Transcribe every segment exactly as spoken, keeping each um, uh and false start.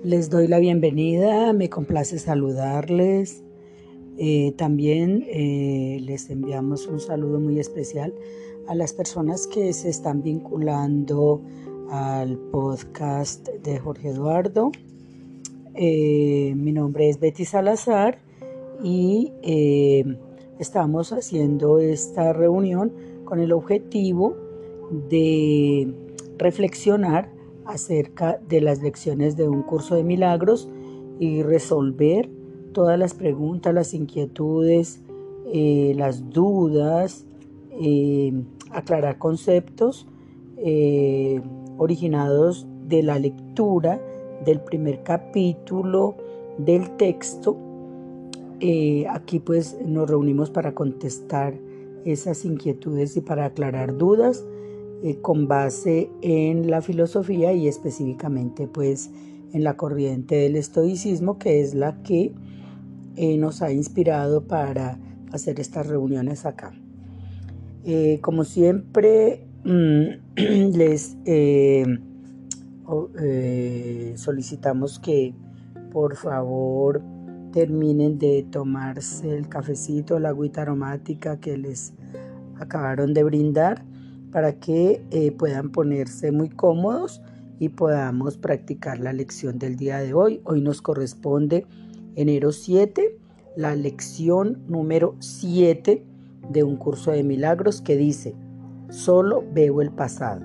Les doy la bienvenida, me complace saludarles. Eh, también eh, les enviamos un saludo muy especial a las personas que se están vinculando al podcast de Jorge Eduardo. Eh, mi nombre es Betty Salazar y eh, estamos haciendo esta reunión con el objetivo de reflexionar acerca de las lecciones de un curso de milagros y resolver todas las preguntas, las inquietudes, eh, las dudas, eh, aclarar conceptos eh, originados de la lectura del primer capítulo del texto. Eh, aquí pues nos reunimos para contestar esas inquietudes y para aclarar dudas eh, con base en la filosofía y específicamente pues en la corriente del estoicismo, que es la que eh, nos ha inspirado para hacer estas reuniones acá. Eh, como siempre mmm, les eh, oh, eh, solicitamos que por favor terminen de tomarse el cafecito, la agüita aromática que les acabaron de brindar para que eh, puedan ponerse muy cómodos y podamos practicar la lección del día de hoy. Hoy nos corresponde enero siete, la lección número siete de un curso de milagros que dice: solo veo el pasado.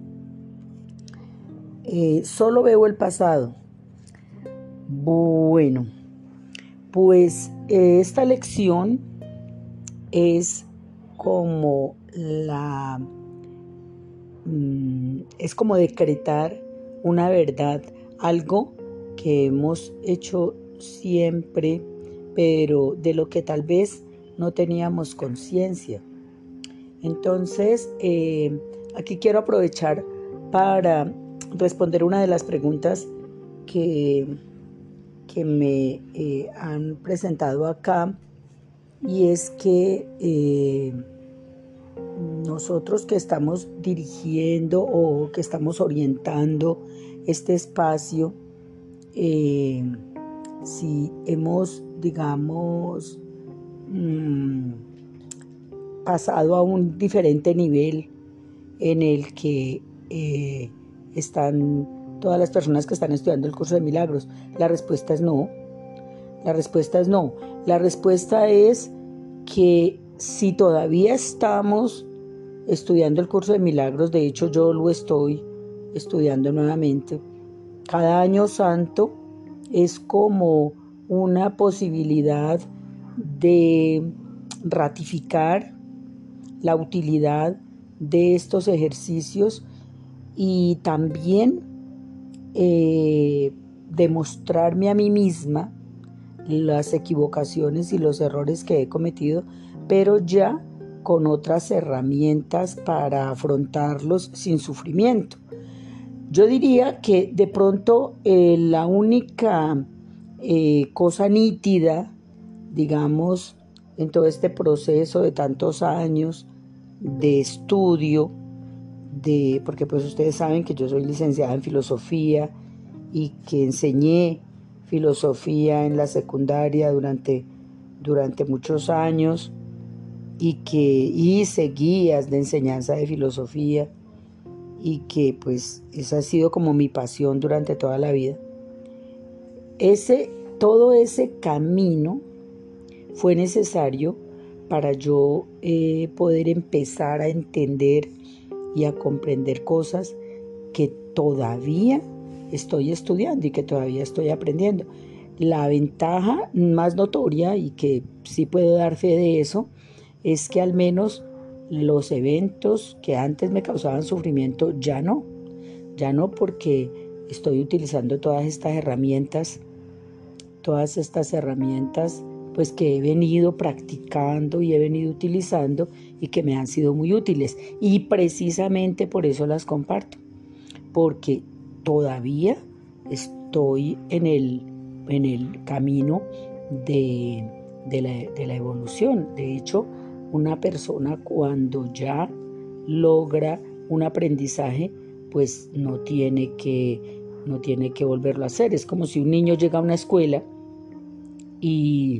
Eh, solo veo el pasado. Bueno, pues eh, esta lección es como la mm, es como decretar una verdad, algo que hemos hecho siempre, pero de lo que tal vez no teníamos conciencia. Entonces, eh, aquí quiero aprovechar para responder una de las preguntas que, que me eh, han presentado acá, y es que eh, nosotros que estamos dirigiendo o que estamos orientando este espacio, eh, si hemos, digamos, mmm, pasado a un diferente nivel en el que eh, están todas las personas que están estudiando el curso de milagros. La respuesta es no. La respuesta es no. La respuesta es que si todavía estamos estudiando el curso de milagros, de hecho yo lo estoy estudiando nuevamente, cada año santo es como una posibilidad de ratificar la utilidad de estos ejercicios y también eh, demostrarme a mí misma las equivocaciones y los errores que he cometido, pero ya con otras herramientas para afrontarlos sin sufrimiento. Yo diría que de pronto eh, la única eh, cosa nítida, digamos, en todo este proceso de tantos años de estudio, de, porque pues ustedes saben que yo soy licenciada en filosofía y que enseñé filosofía en la secundaria durante, durante muchos años y que hice guías de enseñanza de filosofía y que pues esa ha sido como mi pasión durante toda la vida. Ese, todo ese camino fue necesario para yo eh, poder empezar a entender y a comprender cosas que todavía estoy estudiando y que todavía estoy aprendiendo. La ventaja más notoria, y que sí puedo dar fe de eso, es que al menos los eventos que antes me causaban sufrimiento ya no, ya no porque estoy utilizando todas estas herramientas, todas estas herramientas pues que he venido practicando y he venido utilizando y que me han sido muy útiles, y precisamente por eso las comparto, porque todavía estoy en el, en el camino de, de, la, de la evolución. De hecho, una persona cuando ya logra un aprendizaje, pues no tiene que no tiene que volverlo a hacer. Es como si un niño llega a una escuela y,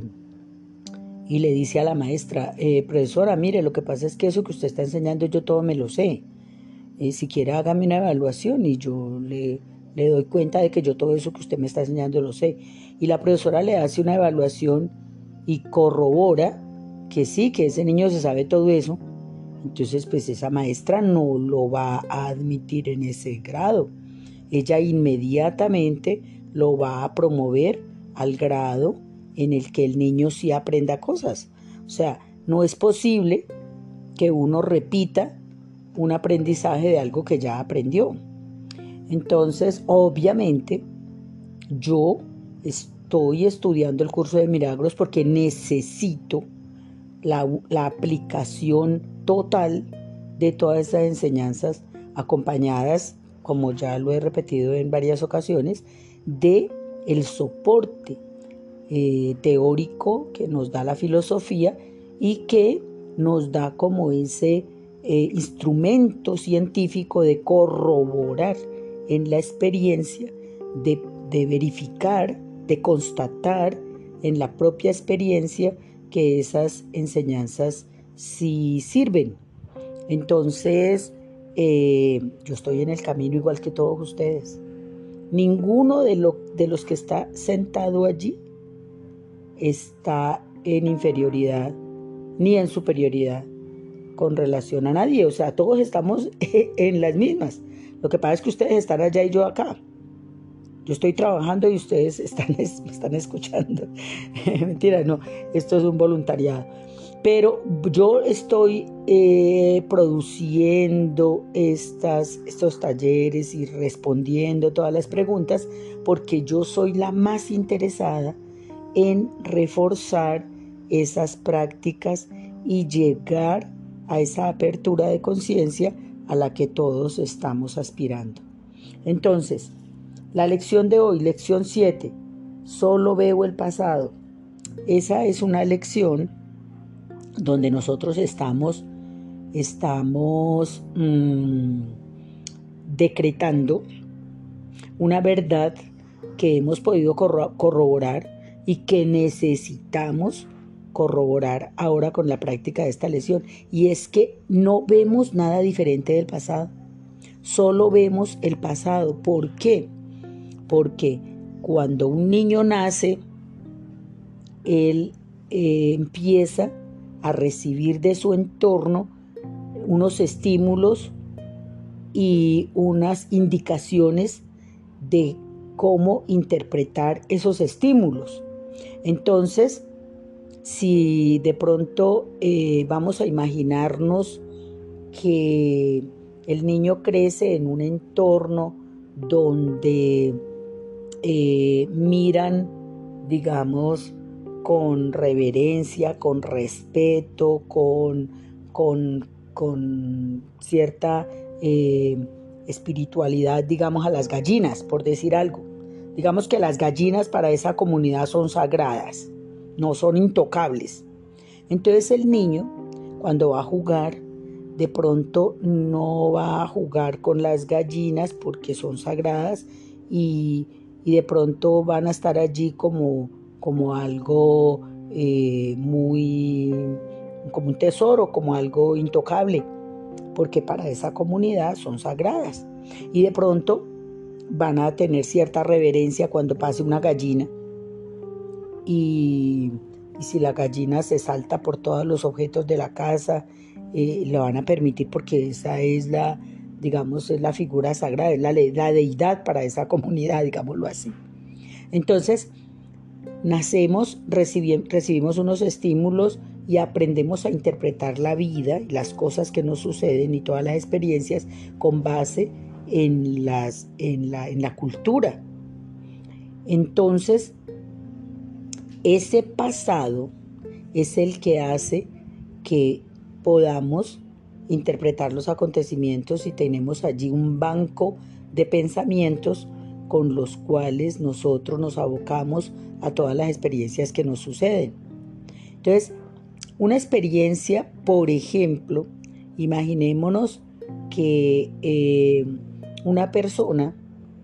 y le dice a la maestra, eh, profesora, mire, lo que pasa es que eso que usted está enseñando yo todo me lo sé. Eh, si quiere hágame una evaluación y yo le, le doy cuenta de que yo todo eso que usted me está enseñando lo sé. Y la profesora le hace una evaluación y corrobora que sí, que ese niño se sabe todo eso. Entonces, pues esa maestra no lo va a admitir en ese grado. Ella inmediatamente lo va a promover al grado en el que el niño sí aprenda cosas. O sea, no es posible que uno repita un aprendizaje de algo que ya aprendió. Entonces, obviamente, yo estoy estudiando el curso de milagros porque necesito la, la aplicación total de todas esas enseñanzas, acompañadas, como ya lo he repetido en varias ocasiones, de el soporte eh, teórico que nos da la filosofía y que nos da como ese eh, instrumento científico de corroborar en la experiencia, de, de verificar, de constatar en la propia experiencia que esas enseñanzas sí sirven. Entonces, eh, yo estoy en el camino igual que todos ustedes. Ninguno de, lo, de los que está sentado allí está en inferioridad ni en superioridad con relación a nadie. O sea, todos estamos en las mismas. Lo que pasa es que ustedes están allá y yo acá. Yo estoy trabajando y ustedes están, me están escuchando. Mentira, no, esto es un voluntariado. Pero yo estoy eh, produciendo estas, estos talleres y respondiendo todas las preguntas porque yo soy la más interesada en reforzar esas prácticas y llegar a esa apertura de conciencia a la que todos estamos aspirando. Entonces, la lección de hoy, lección siete, solo veo el pasado. Esa es una lección donde nosotros estamos, estamos mmm, decretando una verdad que hemos podido corroborar y que necesitamos corroborar ahora con la práctica de esta lección. Y es que no vemos nada diferente del pasado, solo vemos el pasado. ¿Por qué? Porque cuando un niño nace, él eh, empieza a recibir de su entorno unos estímulos y unas indicaciones de cómo interpretar esos estímulos. Entonces, si de pronto eh, vamos a imaginarnos que el niño crece en un entorno donde eh, miran, digamos, con reverencia, con respeto, con, con, con cierta eh, espiritualidad, digamos, a las gallinas, por decir algo. Digamos que las gallinas para esa comunidad son sagradas, no son intocables. Entonces el niño, cuando va a jugar, de pronto no va a jugar con las gallinas porque son sagradas y, y de pronto van a estar allí como, como algo eh, muy, como un tesoro, como algo intocable, porque para esa comunidad son sagradas. Y de pronto van a tener cierta reverencia cuando pase una gallina y, y si la gallina se salta por todos los objetos de la casa, eh, lo van a permitir porque esa es la, digamos, es la figura sagrada, es la, la deidad para esa comunidad, digámoslo así. Entonces, nacemos, recibi- recibimos unos estímulos y aprendemos a interpretar la vida y las cosas que nos suceden y todas las experiencias con base en, las, en, la, en la cultura. Entonces, ese pasado es el que hace que podamos interpretar los acontecimientos y tenemos allí un banco de pensamientos con los cuales nosotros nos abocamos a todas las experiencias que nos suceden. Entonces, una experiencia, por ejemplo, imaginémonos que eh, una persona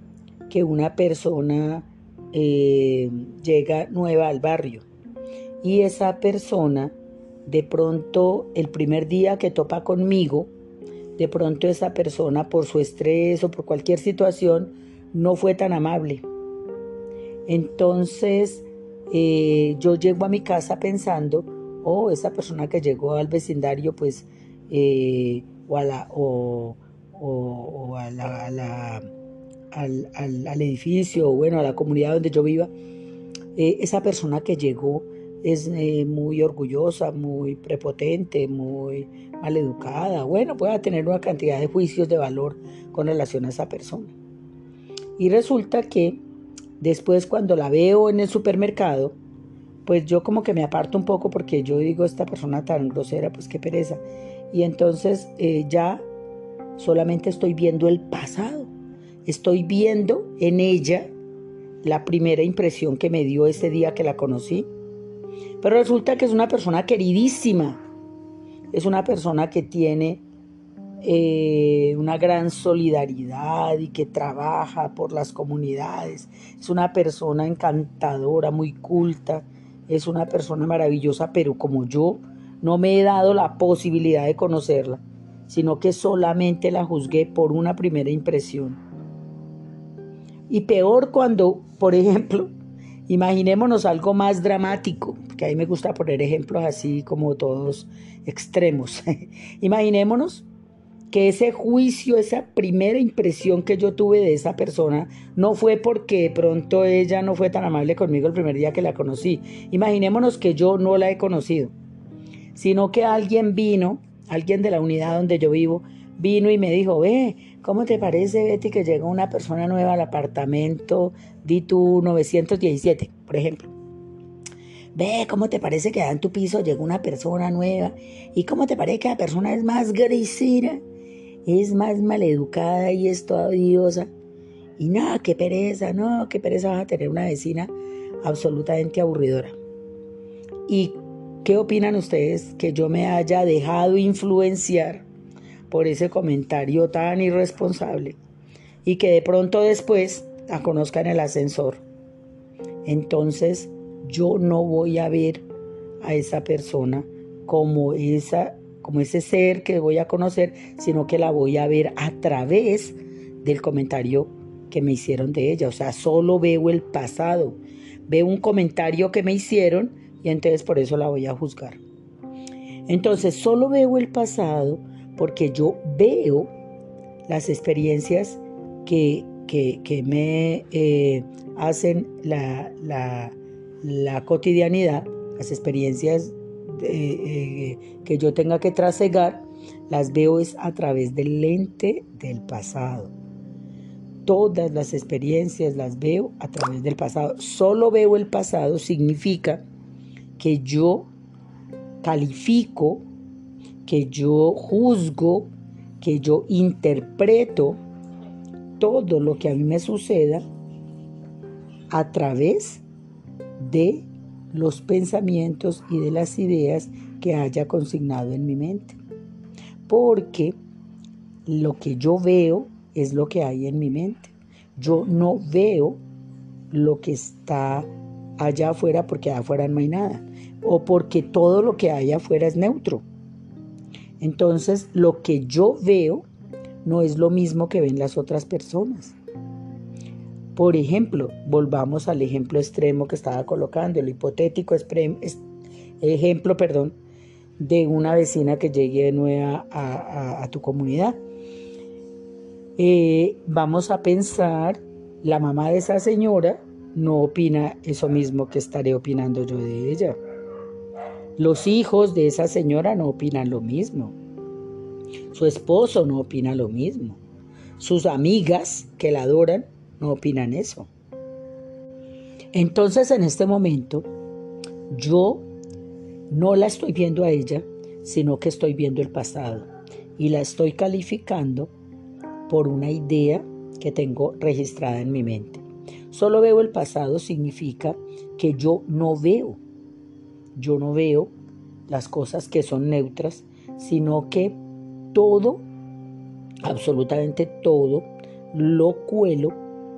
que una persona eh, llega nueva al barrio y esa persona de pronto el primer día que topa conmigo, de pronto esa persona por su estrés o por cualquier situación no fue tan amable. Entonces eh, yo llego a mi casa pensando, oh, esa persona que llegó al vecindario pues eh, o, a la, o, o, o a la, a la, al, al, al edificio o bueno, a la comunidad donde yo viva, eh, esa persona que llegó es eh, muy orgullosa, muy prepotente, muy maleducada. Bueno, puede tener una cantidad de juicios de valor con relación a esa persona. Y resulta que después cuando la veo en el supermercado, pues yo como que me aparto un poco porque yo digo, esta persona tan grosera, pues qué pereza. Y entonces eh, ya solamente estoy viendo el pasado. Estoy viendo en ella la primera impresión que me dio ese día que la conocí. Pero resulta que es una persona queridísima. Es una persona que tiene eh, una gran solidaridad y que trabaja por las comunidades. Es una persona encantadora, muy culta. Es una persona maravillosa, pero como yo no me he dado la posibilidad de conocerla, sino que solamente la juzgué por una primera impresión. Y peor cuando, por ejemplo, imaginémonos algo más dramático, porque a mí me gusta poner ejemplos así como todos extremos. Imaginémonos que ese juicio, esa primera impresión que yo tuve de esa persona no fue porque de pronto ella no fue tan amable conmigo el primer día que la conocí. Imaginémonos que yo no la he conocido, sino que alguien vino, alguien de la unidad donde yo vivo, vino y me dijo, ve, ¿cómo te parece, Betty, que llega una persona nueva al apartamento, di tú novecientos diecisiete, por ejemplo? Ve, ¿cómo te parece que en tu piso llegó una persona nueva? ¿Y cómo te parece que la persona es más grisera? Es más maleducada y es toda odiosa. Y no, qué pereza, no, qué pereza vas a tener una vecina absolutamente aburridora. ¿Y qué opinan ustedes que yo me haya dejado influenciar por ese comentario tan irresponsable y que de pronto después la conozca en el ascensor? Entonces yo no voy a ver a esa persona como esa, como ese ser que voy a conocer, sino que la voy a ver a través del comentario que me hicieron de ella. O sea, solo veo el pasado, veo un comentario que me hicieron y entonces por eso la voy a juzgar. Entonces solo veo el pasado porque yo veo las experiencias que, que, que me eh, hacen la, la, la cotidianidad, las experiencias de, eh, que yo tenga que trasegar, las veo es a través del lente del pasado. Todas las experiencias las veo a través del pasado. Solo veo el pasado significa que yo califico, que yo juzgo, que yo interpreto todo lo que a mí me suceda a través de los pensamientos y de las ideas que haya consignado en mi mente. Porque lo que yo veo es lo que hay en mi mente. Yo no veo lo que está allá afuera porque allá afuera no hay nada. O porque todo lo que hay afuera es neutro. Entonces, lo que yo veo no es lo mismo que ven las otras personas. Por ejemplo, volvamos al ejemplo extremo que estaba colocando, el hipotético ejemplo, perdón, de una vecina que llegue de nueva a, a, a tu comunidad. Eh, vamos a pensar, la mamá de esa señora no opina eso mismo que estaré opinando yo de ella. Los hijos de esa señora no opinan lo mismo. Su esposo no opina lo mismo. Sus amigas que la adoran no opinan eso. Entonces, en este momento, yo no la estoy viendo a ella, sino que estoy viendo el pasado. Y la estoy calificando por una idea que tengo registrada en mi mente. Solo veo el pasado significa que yo no veo. Yo no veo las cosas que son neutras, sino que todo, absolutamente todo, lo cuelo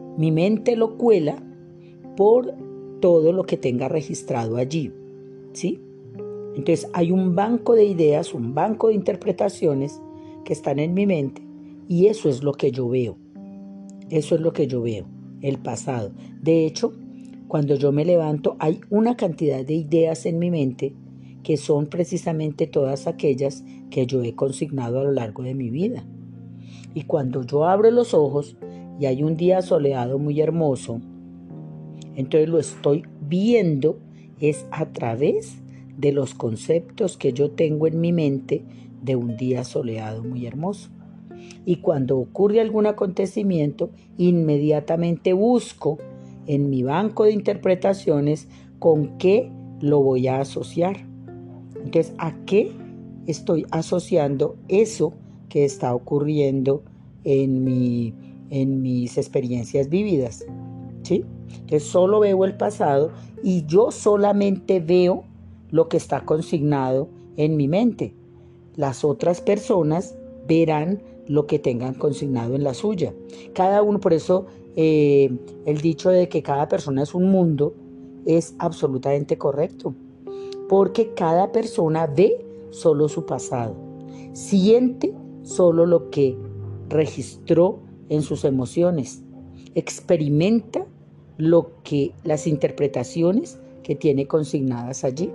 mi mente lo cuela por todo lo que tenga registrado allí, ¿sí? Entonces hay un banco de ideas, un banco de interpretaciones que están en mi mente y eso es lo que yo veo. Eso es lo que yo veo, el pasado. De hecho, cuando yo me levanto hay una cantidad de ideas en mi mente que son precisamente todas aquellas que yo he consignado a lo largo de mi vida. Y cuando yo abro los ojos y hay un día soleado muy hermoso, entonces lo estoy viendo es a través de los conceptos que yo tengo en mi mente de un día soleado muy hermoso. Y cuando ocurre algún acontecimiento, inmediatamente busco en mi banco de interpretaciones con qué lo voy a asociar. Entonces, ¿a qué estoy asociando eso que está ocurriendo en, mi, en mis experiencias vividas? ¿Sí? Entonces, solo veo el pasado y yo solamente veo lo que está consignado en mi mente. Las otras personas verán lo que tengan consignado en la suya. Cada uno, por eso eh, el dicho de que cada persona es un mundo es absolutamente correcto, porque cada persona ve solo su pasado, siente solo lo que registró en sus emociones, experimenta lo que las interpretaciones que tiene consignadas allí.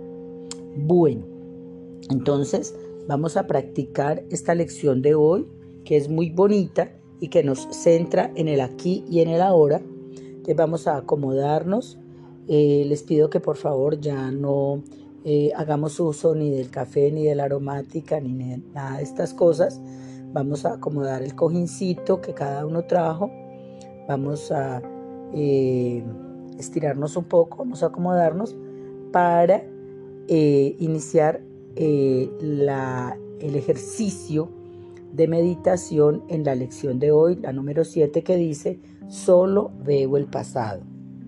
Bueno, entonces vamos a practicar esta lección de hoy, que es muy bonita y que nos centra en el aquí y en el ahora. Entonces vamos a acomodarnos. Eh, les pido que por favor ya no eh, hagamos uso ni del café, ni de la aromática, ni de nada de estas cosas. Vamos a acomodar el cojincito que cada uno trajo. Vamos a eh, estirarnos un poco, vamos a acomodarnos para eh, iniciar eh, la, el ejercicio de meditación en la lección de hoy, la número siete, que dice: solo veo el pasado.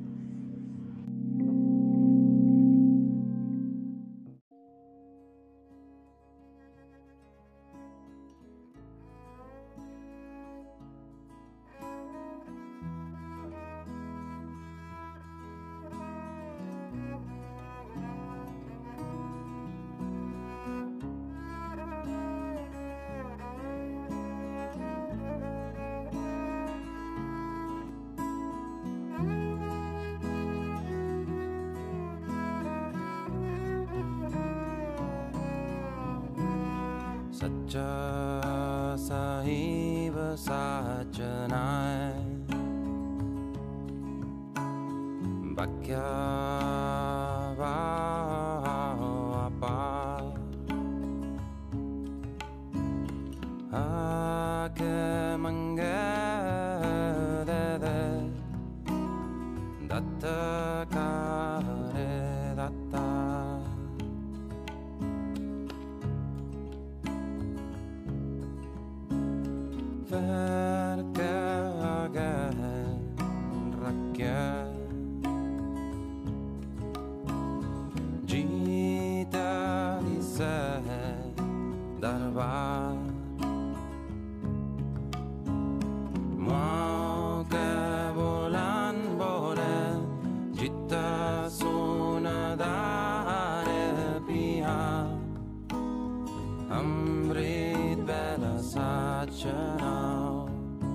Satya Saiva Sajanai Bhakya Vapa Ake Mangere Datta Kare Datta Verkagen Rakya Jita Dise Darbar Moke Bolan Bore Jita Sunadare Piha Amrit Bela Sachanao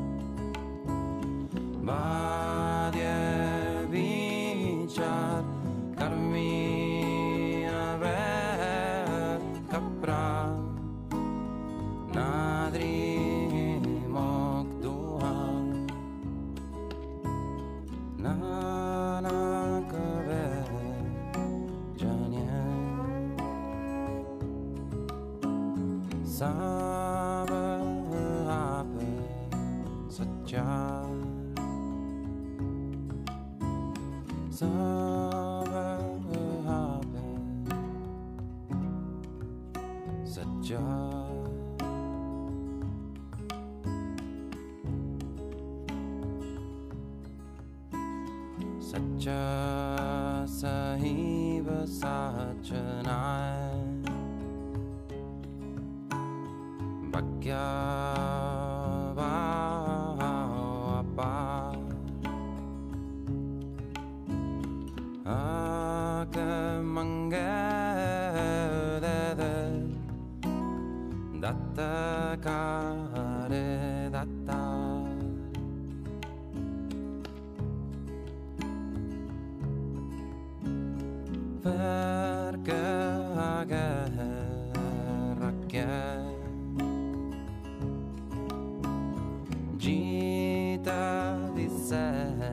Vadye Vichar Karmi Ave Kapra Nadri Mokduha Nana Kave Janyan Sava Ape Satya Sava Ape Satya Satya Sahiva Sajanai Bhakya Vapa Gita di se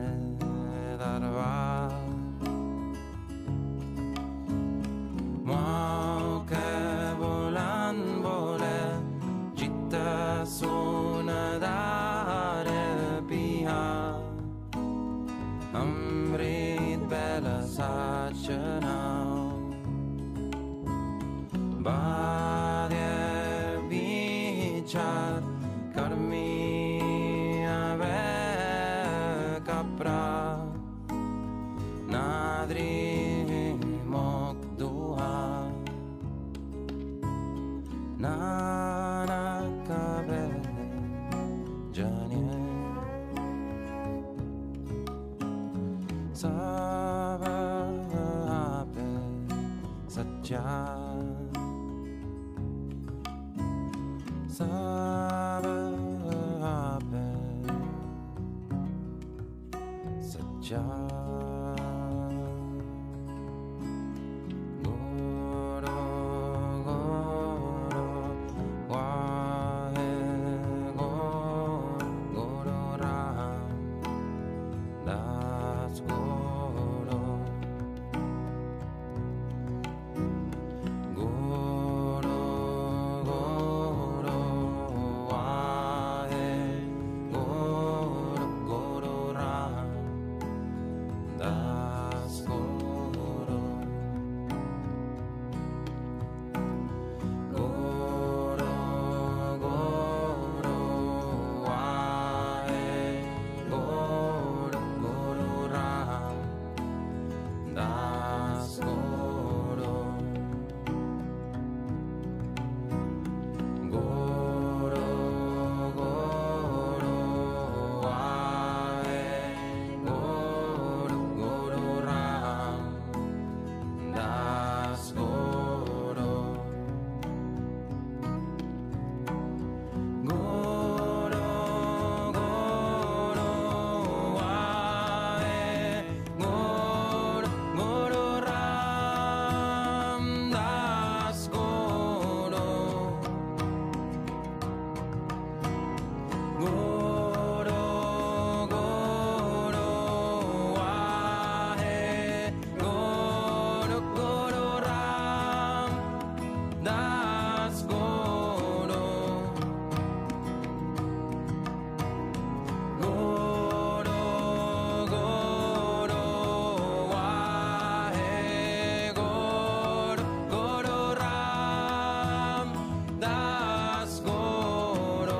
darva Mau ke volan vole Gita sunadare piha Amrit bela sachanao Badye vichar karmi ave kapra Nadri mok duha Nana kabe janye Sababe satya Sababe satya Guru Guru Wahe Guru Guru Ram Das Guru Guru Guru Wahe Guru Guru Ram Das Guru Guru Guru Wahe Guru Guru Ram Das Guru Guru Guru Wahe Guru Guru Ram Das Guru Guru Guru Wahe Guru Guru Ram Das Guru Guru Guru Wahe Guru Guru Ram Das Guru Guru Guru Wahe Guru Guru Ram Das Guru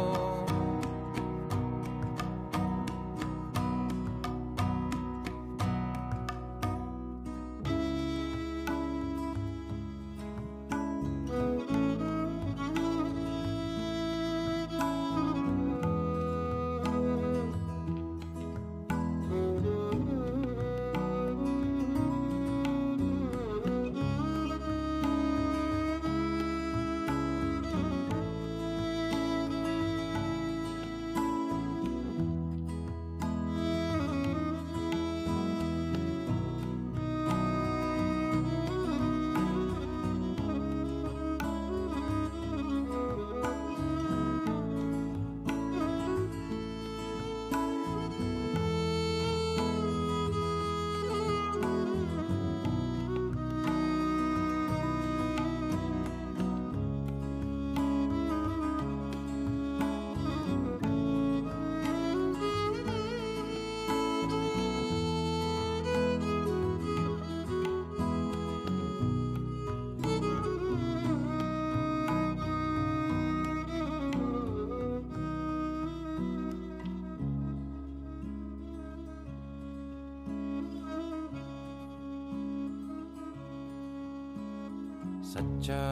Satya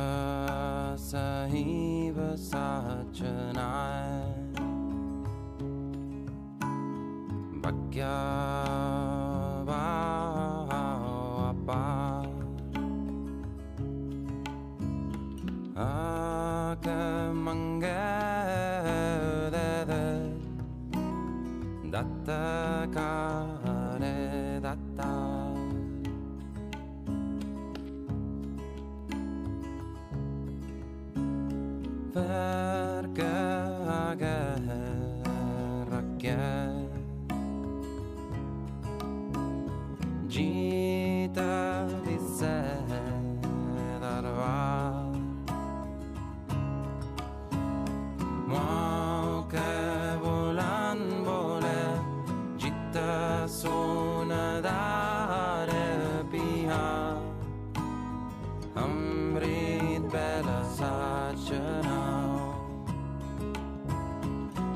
Sahiva Sachanai Bhagya Akamangada Datta Kare Datta Vergaga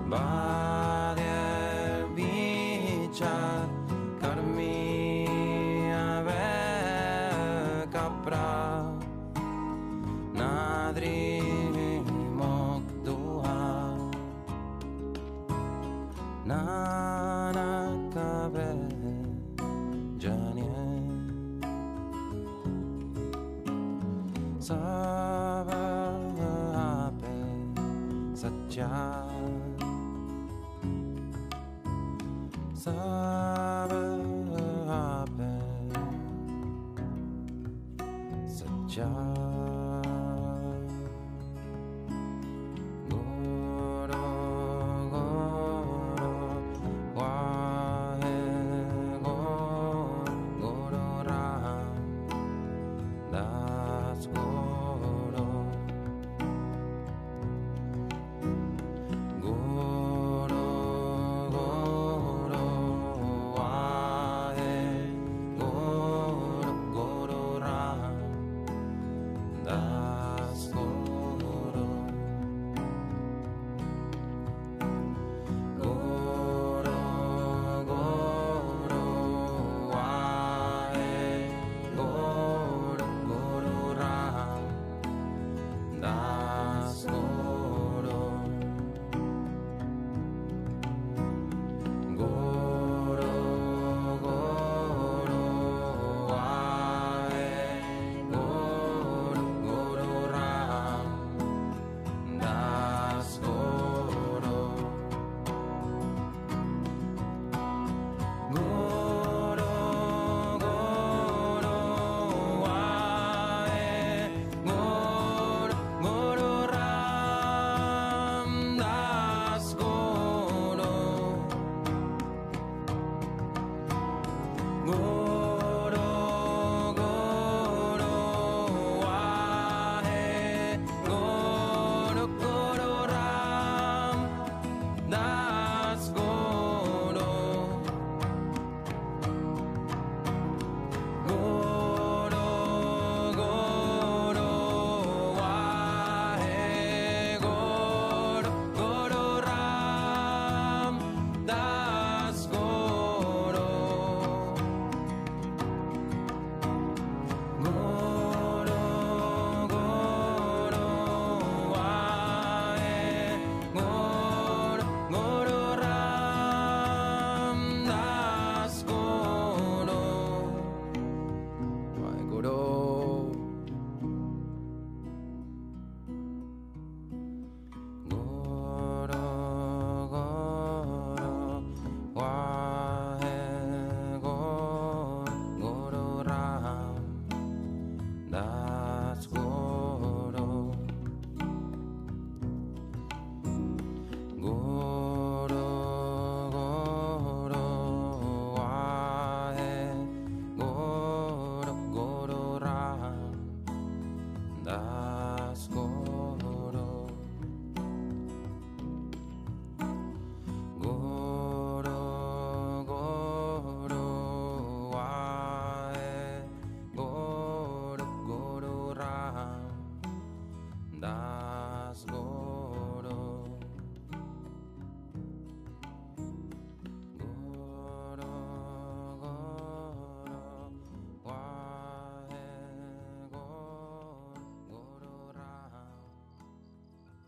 Badie vichar karmi ave capra nadri mokduha nana kabe janye sabape satya sabape satya